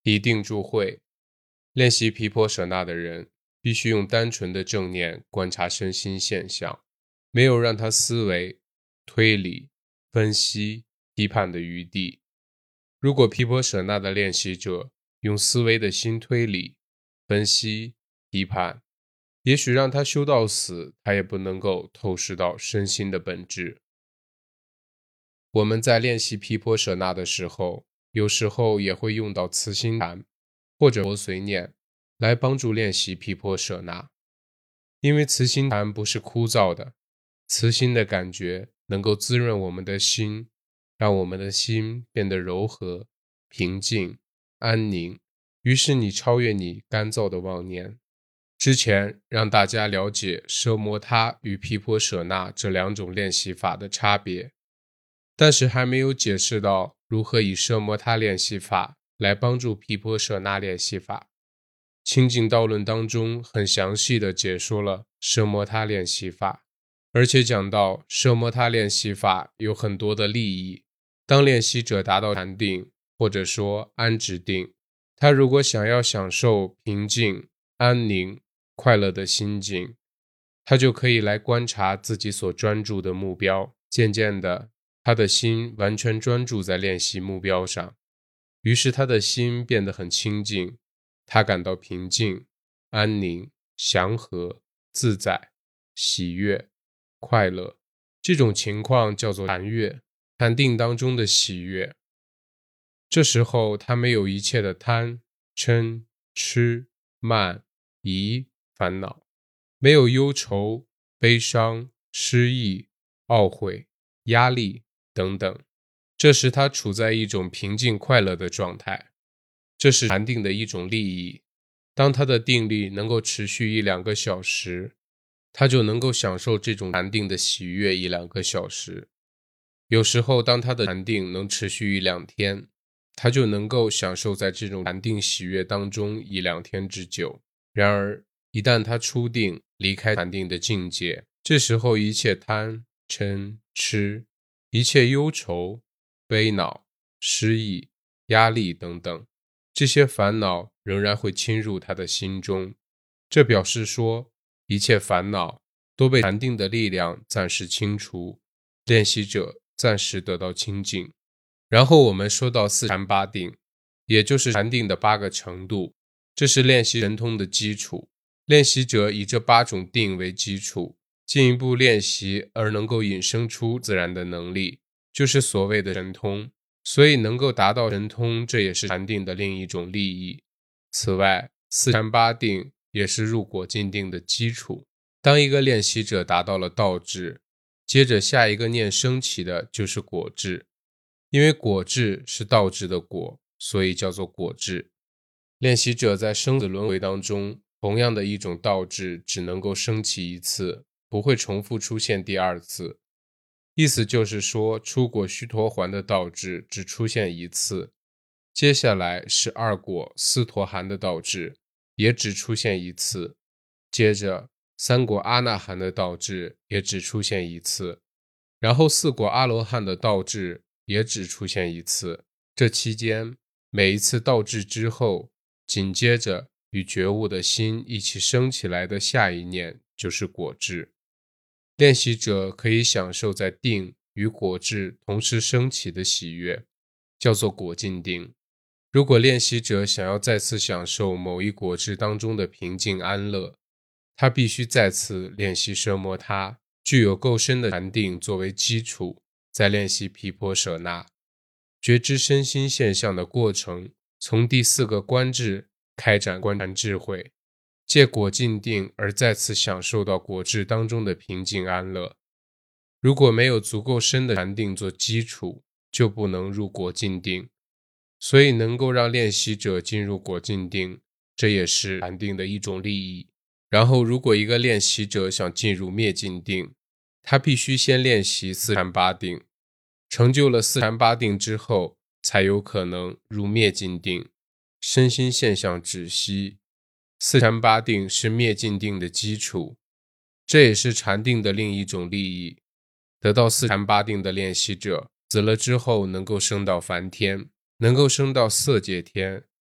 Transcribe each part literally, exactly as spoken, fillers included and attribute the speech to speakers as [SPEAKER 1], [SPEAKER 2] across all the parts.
[SPEAKER 1] 以定住会。练习毗婆舍那的人必须用单纯的正念观察身心现象，没有让他思维、推理、分析、批判的余地。如果毗婆舍那的练习者用思维的心推理、分析、批判，也许让他修到死，他也不能够透视到身心的本质。我们在练习毗婆舍那的时候，有时候也会用到慈心禅或者佛随念来帮助练习毗婆舍那。因为慈心禅不是枯燥的，慈心的感觉能够滋润我们的心，让我们的心变得柔和、平静、安宁，于是你超越你干燥的妄念。之前让大家了解奢摩他与毗婆舍那这两种练习法的差别，但是还没有解释到如何以奢摩他练习法来帮助毗婆舍那练习法。清净道论当中很详细地解说了奢摩他练习法，而且讲到奢摩他练习法有很多的利益。当练习者达到禅定，或者说安止定，他如果想要享受平静、安宁、快乐的心境，他就可以来观察自己所专注的目标，渐渐的他的心完全专注在练习目标上，于是他的心变得很清净，他感到平静、安宁、祥和、自在、喜悦、快乐。这种情况叫做禅悦，禅定当中的喜悦。这时候他没有一切的贪、嗔、痴、慢、疑、烦恼，没有忧愁、悲伤、失意、懊悔、压力等等。这时他处在一种平静快乐的状态，这是禅定的一种利益。当他的定力能够持续一两个小时，他就能够享受这种禅定的喜悦一两个小时。有时候当他的禅定能持续一两天，他就能够享受在这种禅定喜悦当中一两天之久。然而一旦他出定，离开禅定的境界，这时候一切贪、嗔、痴，一切忧愁、悲恼、失意、压力等等，这些烦恼仍然会侵入他的心中。这表示说，一切烦恼都被禅定的力量暂时清除，练习者暂时得到清净。然后我们说到四禅八定，也就是禅定的八个程度，这是练习神通的基础。练习者以这八种定为基础，进一步练习而能够引生出自然的能力，就是所谓的神通。所以能够达到神通，这也是禅定的另一种利益。此外，四禅八定也是入果尽定的基础。当一个练习者达到了道智，接着下一个念升起的就是果智。因为果智是道智的果，所以叫做果智。练习者在生死轮回当中，同样的一种道智只能够升起一次，不会重复出现第二次。意思就是说，出果须陀洹的道智只出现一次，接下来是二果斯陀含的道智，也只出现一次，接着三果阿那含的道智也只出现一次，然后四果阿罗汉的道智也只出现一次。这期间每一次道智之后，紧接着与觉悟的心一起升起来的下一念就是果智。练习者可以享受在定与果智同时升起的喜悦，叫做果尽定。如果练习者想要再次享受某一果智当中的平静安乐，他必须再次练习奢摩他，具有够深的禅定作为基础，再练习毗婆舍那。觉知身心现象的过程，从第四个观智开展观禅智慧，借果尽定而再次享受到果智当中的平静安乐。如果没有足够深的禅定做基础，就不能入果尽定。所以能够让练习者进入果尽定，这也是禅定的一种利益。然后如果一个练习者想进入灭尽定，他必须先练习四禅八定，成就了四禅八定之后，才有可能入灭尽定，身心现象止息。四禅八定是灭尽定的基础，这也是禅定的另一种利益。得到四禅八定的练习者，死了之后能够升到梵天，能够升到色界天，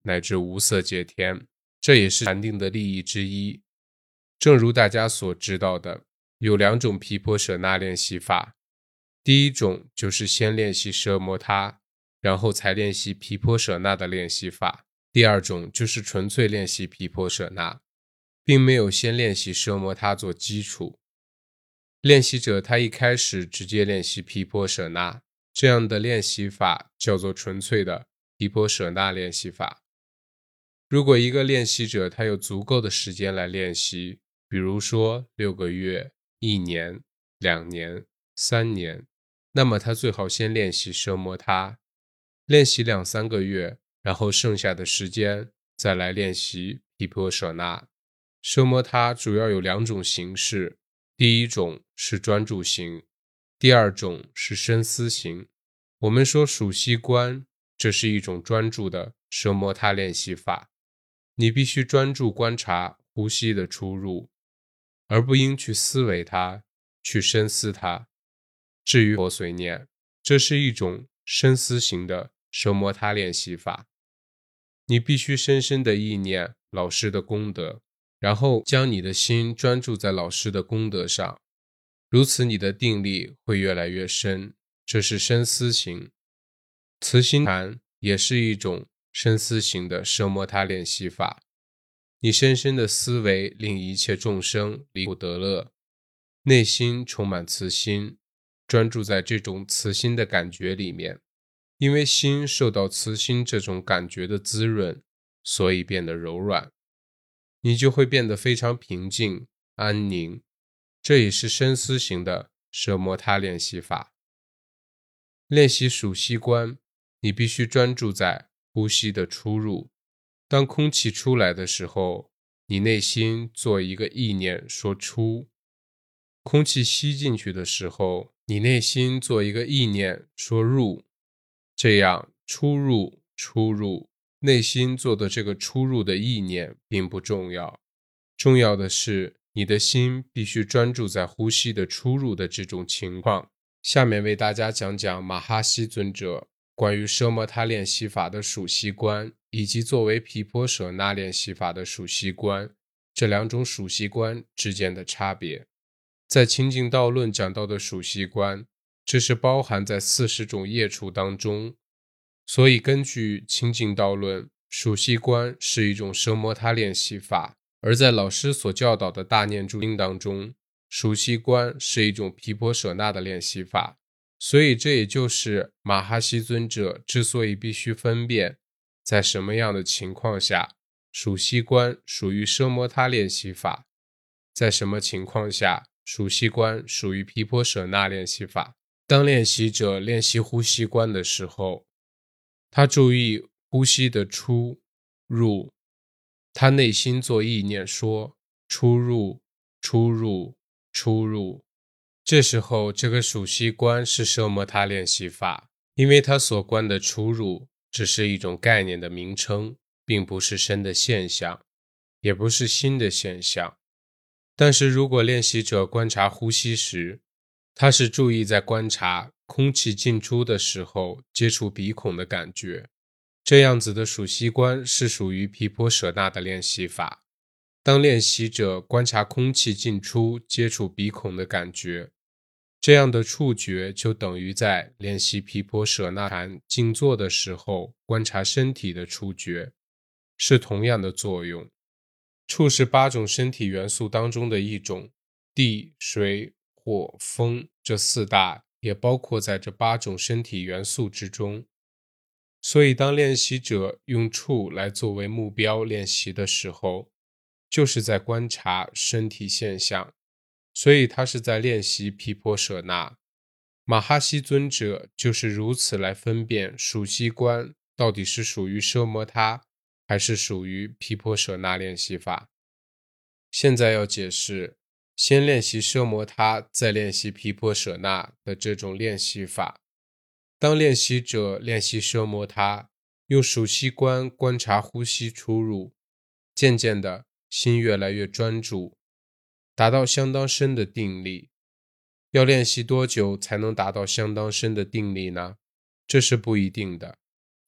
[SPEAKER 1] 乃至无色界天，这也是禅定的利益之一。正如大家所知道的，有两种毗婆舍那练习法，第一种就是先练习奢摩他，然后才练习毗婆舍那的练习法，第二种就是纯粹练习毗婆舍那，并没有先练习奢摩他做基础。练习者他一开始直接练习毗婆舍那，这样的练习法叫做纯粹的毗婆舍那练习法。如果一个练习者他有足够的时间来练习，比如说六个月、一年、两年、三年，那么他最好先练习奢摩他，练习两三个月，然后剩下的时间再来练习毗婆舍那。奢摩他主要有两种形式，第一种是专注型，第二种是深思型。我们说数息观，这是一种专注的奢摩他练习法，你必须专注观察呼吸的出入，而不应去思维它，去深思它。至于佛随念，这是一种深思型的奢摩他练习法，你必须深深的意念老师的功德，然后将你的心专注在老师的功德上，如此你的定力会越来越深，这是深思型。慈心禅也是一种深思型的奢摩他练习法，你深深的思维令一切众生离苦得乐，内心充满慈心，专注在这种慈心的感觉里面，因为心受到慈心这种感觉的滋润，所以变得柔软，你就会变得非常平静安宁，这也是深思型的奢摩他练习法。练习数息观，你必须专注在呼吸的出入，当空气出来的时候，你内心做一个意念说出，空气吸进去的时候，你内心做一个意念说入，这样出入出入，内心做的这个出入的意念并不重要，重要的是你的心必须专注在呼吸的出入的这种情况。下面为大家讲讲马哈希尊者关于奢摩他练习法的数息观，以及作为毗婆舍那练习法的数息观，这两种数息观之间的差别。在清净道论讲到的数息观，这是包含在四十种业处当中，所以根据清净道论，数息观是一种奢摩他练习法，而在老师所教导的大念住经当中，数息观是一种毗婆舍那的练习法，所以这也就是马哈希尊者之所以必须分辨在什么样的情况下数息观属于奢摩他练习法，在什么情况下数息观属于毗婆舍那练习法。当练习者练习呼吸观的时候，他注意呼吸的出入，他内心做意念说出入出入出入，这时候这个数息观是奢摩他练习法，因为他所观的出入只是一种概念的名称，并不是身的现象，也不是心的现象。但是如果练习者观察呼吸时，他是注意在观察空气进出的时候接触鼻孔的感觉，这样子的数息观是属于毗婆舍那的练习法。当练习者观察空气进出接触鼻孔的感觉，这样的触觉就等于在练习毗婆舍那禅静坐的时候观察身体的触觉，是同样的作用。触是八种身体元素当中的一种，地、水、火、风这四大也包括在这八种身体元素之中。所以当练习者用触来作为目标练习的时候，就是在观察身体现象，所以他是在练习毗婆舍那。马哈希尊者就是如此来分辨数息观到底是属于奢摩他还是属于毗婆舍那练习法。现在要解释先练习奢摩他再练习毗婆舍那的这种练习法。当练习者练习奢摩他，用数息观观察呼吸出入，渐渐的心越来越专注，达到相当深的定力。要练习多久才能达到相当深的定力呢？这是不一定的。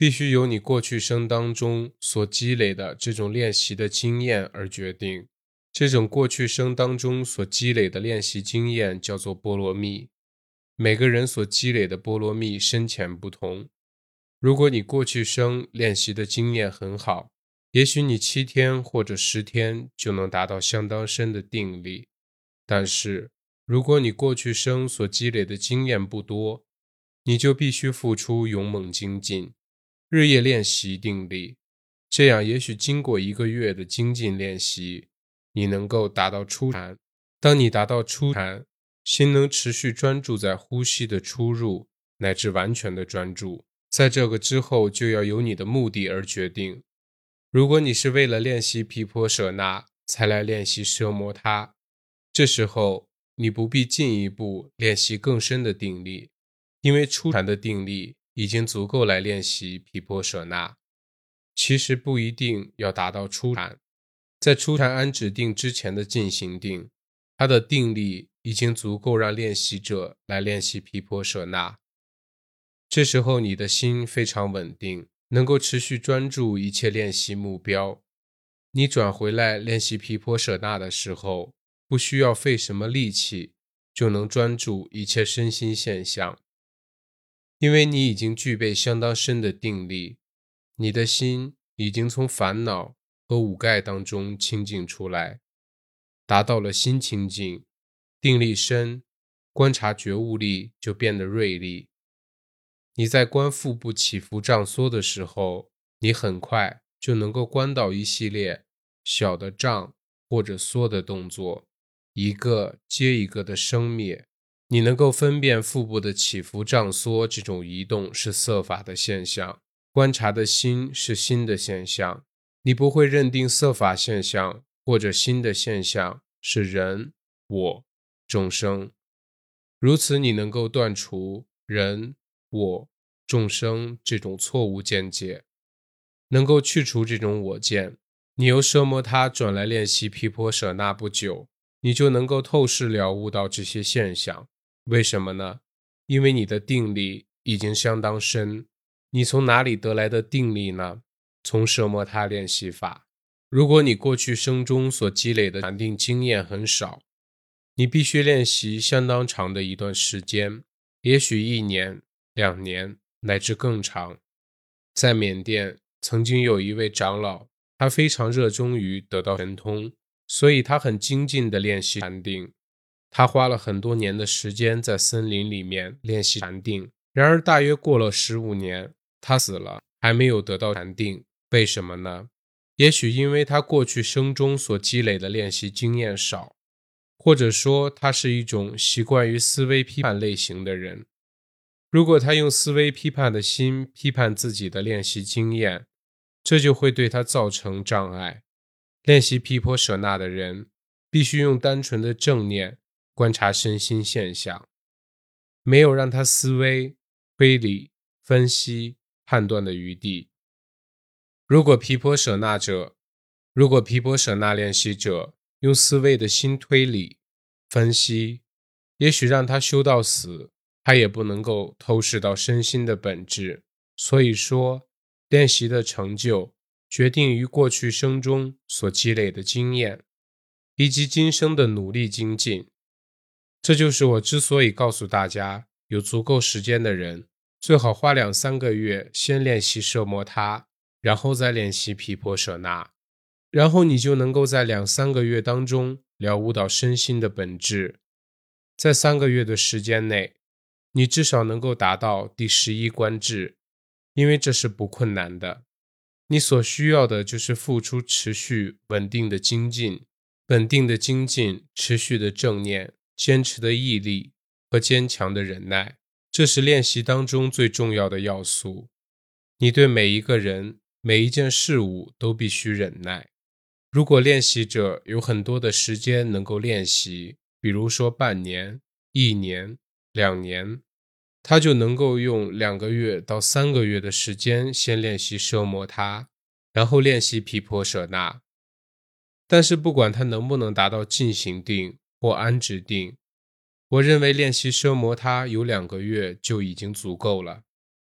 [SPEAKER 1] 必须由你过去生当中所积累的这种练习的经验而决定。这种过去生当中所积累的练习经验叫做波罗蜜。每个人所积累的波罗蜜深浅不同。如果你过去生练习的经验很好，也许你七天或者十天就能达到相当深的定力。但是如果你过去生所积累的经验不多，你就必须付出勇猛精进，日夜练习定力。这样也许经过一个月的精进练习，你能够达到初禅。当你达到初禅，心能持续专注在呼吸的出入，乃至完全的专注。在这个之后就要由你的目的而决定。如果你是为了练习毗婆舍那才来练习奢摩他，这时候你不必进一步练习更深的定力，因为初禅的定力已经足够来练习毗婆舍那。其实不一定要达到初禅，在初禅安止定之前的进行定，它的定力已经足够让练习者来练习毗婆舍那。这时候你的心非常稳定，能够持续专注一切练习目标。你转回来练习毗婆舍那的时候，不需要费什么力气，就能专注一切身心现象。因为你已经具备相当深的定力，你的心已经从烦恼和五盖当中清净出来，达到了心清净，定力深，观察觉悟力就变得锐利。你在观腹部起伏胀缩的时候，你很快就能够观到一系列小的胀或者缩的动作，一个接一个的生灭。你能够分辨腹部的起伏胀缩这种移动是色法的现象，观察的心是心的现象。你不会认定色法现象或者心的现象是人、我、众生。如此你能够断除人、我、众生这种错误见解，能够去除这种我见。你由奢摩他转来练习毗婆舍那不久，你就能够透视了悟到这些现象。为什么呢？因为你的定力已经相当深。你从哪里得来的定力呢？从奢摩他练习法。如果你过去生中所积累的禅定经验很少，你必须练习相当长的一段时间，也许一年、两年乃至更长。在缅甸曾经有一位长老，他非常热衷于得到神通，所以他很精进地练习禅定。他花了很多年的时间在森林里面练习禅定，然而大约过了十五年，他死了，还没有得到禅定。为什么呢？也许因为他过去生中所积累的练习经验少，或者说他是一种习惯于思维批判类型的人。如果他用思维批判的心批判自己的练习经验，这就会对他造成障碍。练习毗婆舍那的人必须用单纯的正念观察身心现象，没有让他思维、推理、分析、判断的余地。如果毗婆舍那者，如果毗婆舍那练习者用思维的心推理、分析，也许让他修到死，他也不能够透视到身心的本质。所以说，练习的成就决定于过去生中所积累的经验，以及今生的努力精进。这就是我之所以告诉大家，有足够时间的人，最好花两三个月先练习奢摩他，然后再练习毗婆舍那，然后你就能够在两三个月当中了悟到身心的本质。在三个月的时间内，你至少能够达到第十一观智，因为这是不困难的。你所需要的就是付出持续稳定的精进，稳定的精进，持续的正念，坚持的毅力和坚强的忍耐，这是练习当中最重要的要素。你对每一个人、每一件事物都必须忍耐。如果练习者有很多的时间能够练习，比如说半年、一年、两年，他就能够用两个月到三个月的时间先练习奢摩他，然后练习毗婆舍那。但是不管他能不能达到进行定或安止定，我认为练习奢摩他有两个月就已经足够了。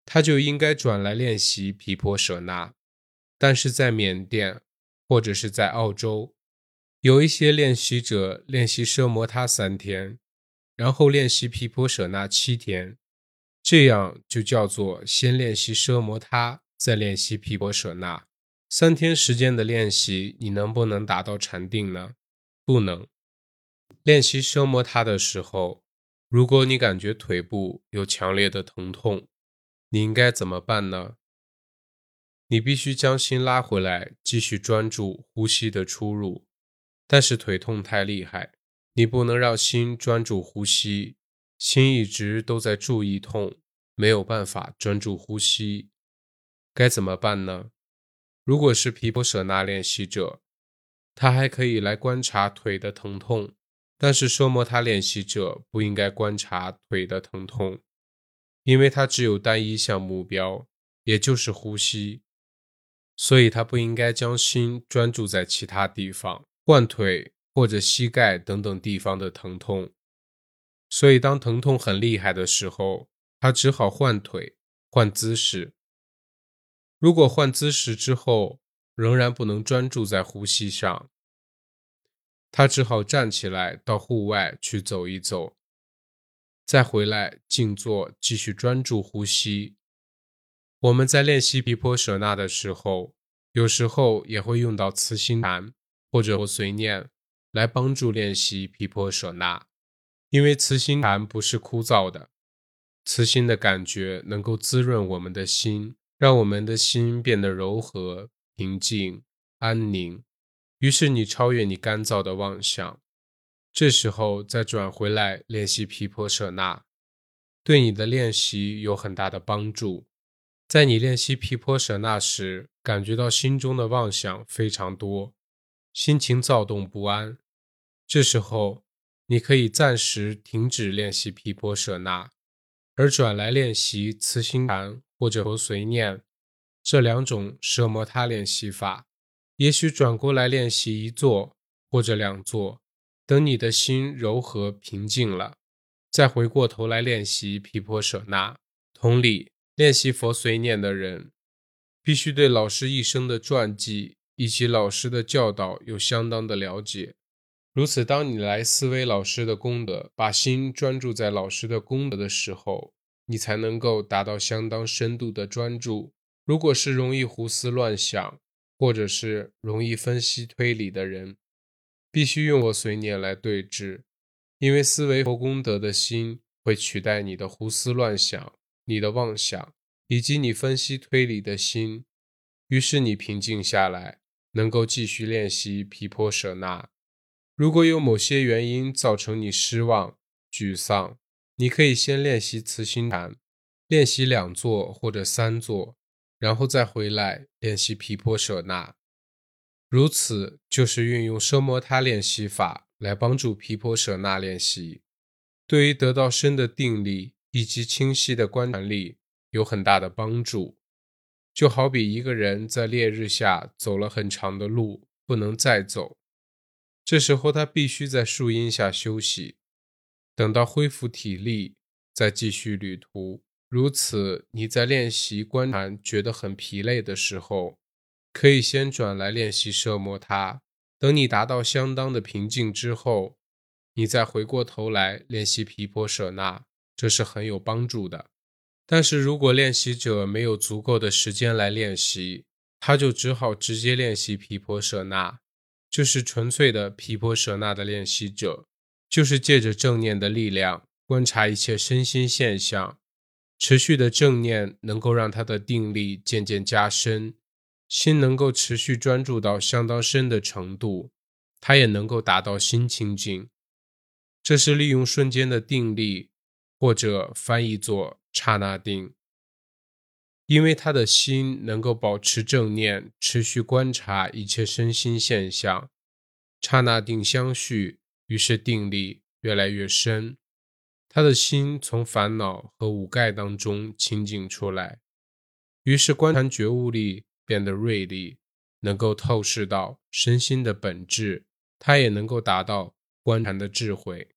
[SPEAKER 1] 他就应该转来练习毗婆舍那。但是在缅甸或者是在澳洲，有一些练习者练习奢摩他三天，然后练习毗婆舍那七天，这样就叫做先练习奢摩他，再练习毗婆舍那。三天时间的练习，你能不能达到禅定呢？不能。练习奢摩他的时候，如果你感觉腿部有强烈的疼痛，你应该怎么办呢？你必须将心拉回来，继续专注呼吸的出入。但是腿痛太厉害，你不能让心专注呼吸，心一直都在注意痛，没有办法专注呼吸。该怎么办呢？如果是毗婆舍那练习者，他还可以来观察腿的疼痛，但是奢摩他练习者不应该观察腿的疼痛，因为他只有单一项目标，也就是呼吸。所以他不应该将心专注在其他地方，换腿或者膝盖等等地方的疼痛。所以当疼痛很厉害的时候，他只好换腿，换姿势。如果换姿势之后，仍然不能专注在呼吸上，他只好站起来到户外去走一走，再回来静坐，继续专注呼吸。我们在练习毗婆舍那的时候，有时候也会用到慈心禅或者随念来帮助练习毗婆舍那。因为慈心禅不是枯燥的，慈心的感觉能够滋润我们的心，让我们的心变得柔和、平静、安宁。于是你超越你干燥的妄想，这时候再转回来练习毗婆舍那，对你的练习有很大的帮助。在你练习毗婆舍那时，感觉到心中的妄想非常多，心情躁动不安，这时候你可以暂时停止练习毗婆舍那，而转来练习慈心禅或者佛随念这两种奢摩他练习法。也许转过来练习一坐或者两坐，等你的心柔和平静了，再回过头来练习毗婆舍那。同理，练习佛随念的人必须对老师一生的传记以及老师的教导有相当的了解。如此，当你来思维老师的功德，把心专注在老师的功德的时候，你才能够达到相当深度的专注。如果是容易胡思乱想，或者是容易分析推理的人，必须用我随念来对治，因为思维佛功德的心会取代你的胡思乱想、你的妄想以及你分析推理的心。于是你平静下来，能够继续练习毗婆舍那。如果有某些原因造成你失望、沮丧，你可以先练习慈心禅，练习两坐或者三坐，然后再回来练习毗婆舍那。如此就是运用奢摩他练习法来帮助毗婆舍那练习，对于得到深的定力以及清晰的观察力有很大的帮助。就好比一个人在烈日下走了很长的路，不能再走，这时候他必须在树荫下休息，等到恢复体力再继续旅途。如此，你在练习观察觉得很疲累的时候，可以先转来练习奢摩他，等你达到相当的平静之后，你再回过头来练习毗婆舍那，这是很有帮助的。但是如果练习者没有足够的时间来练习，他就只好直接练习毗婆舍那，就是纯粹的毗婆舍那的练习者，就是借着正念的力量观察一切身心现象。持续的正念能够让他的定力渐渐加深，心能够持续专注到相当深的程度，他也能够达到心清净。这是利用瞬间的定力，或者翻译作刹那定。因为他的心能够保持正念，持续观察一切身心现象，刹那定相续，于是定力越来越深，他的心从烦恼和五盖当中清净出来，于是观察觉悟力变得锐利，能够透视到身心的本质，他也能够达到观察的智慧。